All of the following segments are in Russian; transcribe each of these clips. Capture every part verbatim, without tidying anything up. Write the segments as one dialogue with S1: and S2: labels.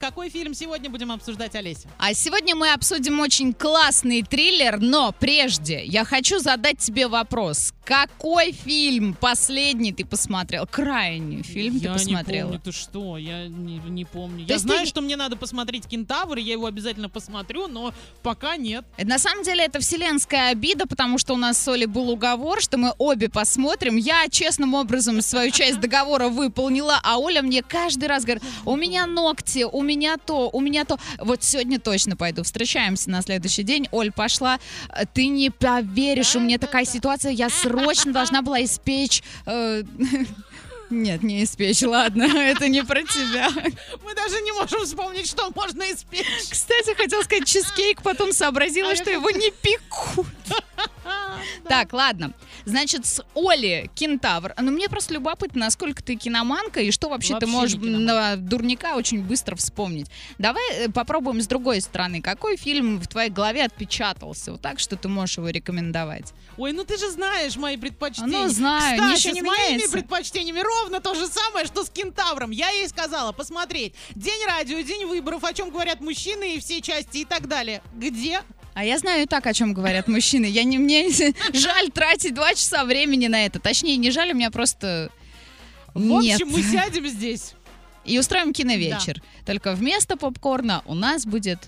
S1: какой фильм сегодня будем обсуждать, Олеся?
S2: А сегодня мы обсудим очень классный триллер, но прежде я хочу задать тебе вопрос. Какой фильм последний ты посмотрел? Крайний фильм
S1: я
S2: ты посмотрела?
S1: Я не помню, ты что? Я не, не помню.
S2: То
S1: я знаю,
S2: ты...
S1: что мне надо посмотреть «Кентавр», я его обязательно посмотрю, но пока нет.
S2: На самом деле это вселенская обида, потому что у нас с Олей был уговор, что мы обе посмотрим. Я честным образом свою часть договора выполнила, а Оля мне каждый раз говорит: у меня ногти, у меня то, у меня то. Вот сегодня точно пойду. Встречаемся на следующий день. Оль, пошла. Ты не поверишь, у меня такая ситуация, я срочно должна была испечь... Э, Нет, не испечь, ладно, это не про тебя.
S1: Мы даже не можем вспомнить, что можно испечь.
S2: Кстати, хотела сказать чизкейк, потом сообразила, а что его не пекут. Так, ладно. Значит, с Оли «Кентавр». Ну, мне просто любопытно, насколько ты киноманка и что вообще, вообще ты можешь на дурника очень быстро вспомнить. Давай попробуем с другой стороны. Какой фильм в твоей голове отпечатался вот так, что ты можешь его рекомендовать?
S1: Ой, ну ты же знаешь мои предпочтения.
S2: Ну, знаю,
S1: Кстати,
S2: ничего не
S1: с моими
S2: меняется.
S1: предпочтениями ровно то же самое, что с «Кентавром». Я ей сказала посмотреть «День радио», «День выборов», о чем говорят мужчины и все части и так далее. Где?
S2: А я знаю и так, о чем говорят мужчины. Я не, мне жаль тратить два часа времени на это. Точнее, не жаль, у меня просто
S1: В общем,
S2: нет.
S1: мы сядем здесь
S2: и устроим киновечер. Да. Только вместо попкорна у нас будет...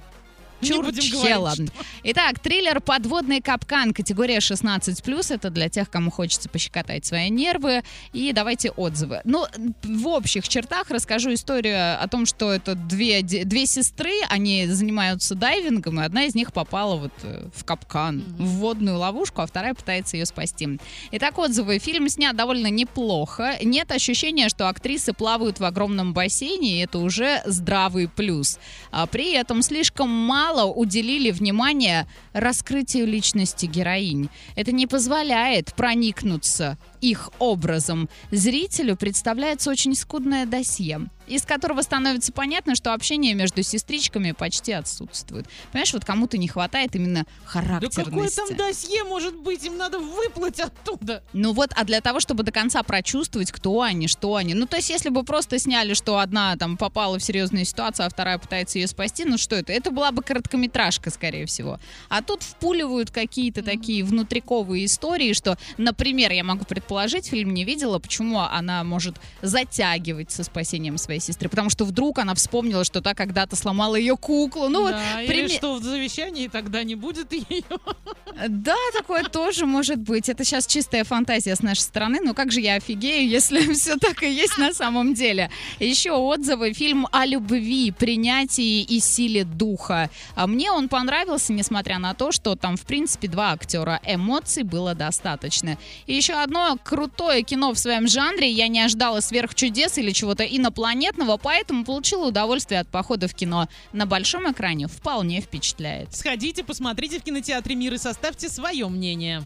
S2: Чурчхела. Итак, триллер «Подводный капкан», категория шестнадцать плюс. Это для тех, кому хочется пощекотать свои нервы. И давайте отзывы. Ну, в общих чертах расскажу историю о том, что это две, две сестры, они занимаются дайвингом, и одна из них попала вот в капкан, mm-hmm. в водную ловушку, а вторая пытается ее спасти. Итак, отзывы. Фильм снят довольно неплохо. Нет ощущения, что актрисы плавают в огромном бассейне, и это уже здравый плюс. А при этом слишком мало уделили внимание раскрытию личности героинь. Это не позволяет проникнуться их образом. Зрителю представляется очень скудное досье, из которого становится понятно, что общение между сестричками почти отсутствует. Понимаешь, вот кому-то не хватает именно характерности.
S1: Да какое там досье может быть? Им надо выплыть оттуда.
S2: Ну вот, а для того, чтобы до конца прочувствовать, кто они, что они. Ну то есть, если бы просто сняли, что одна там попала в серьезную ситуацию, а вторая пытается ее спасти, ну что это? Это была бы короткометражка, скорее всего. А тут впуливают какие-то mm-hmm. такие внутриковые истории, что, например, я могу предположить, Положить фильм не видела, почему она может затягивать со спасением своей сестры. Потому что вдруг она вспомнила, что та когда-то сломала ее куклу. Ну,
S1: да,
S2: прим...
S1: или что в завещании тогда не будет ее.
S2: Да, такое тоже может быть. Это сейчас чистая фантазия с нашей стороны. Но как же я офигею, если все так и есть на самом деле. Еще отзывы. Фильм о любви, принятии и силе духа. А мне он понравился, несмотря на то, что там, в принципе, два актера. Эмоций было достаточно. И еще одно крутое кино в своем жанре. Я не ожидала сверхчудес или чего-то инопланетного, поэтому получила удовольствие от похода в кино. На большом экране вполне впечатляет.
S1: Сходите, посмотрите в кинотеатре «Мир» и составьте свое мнение.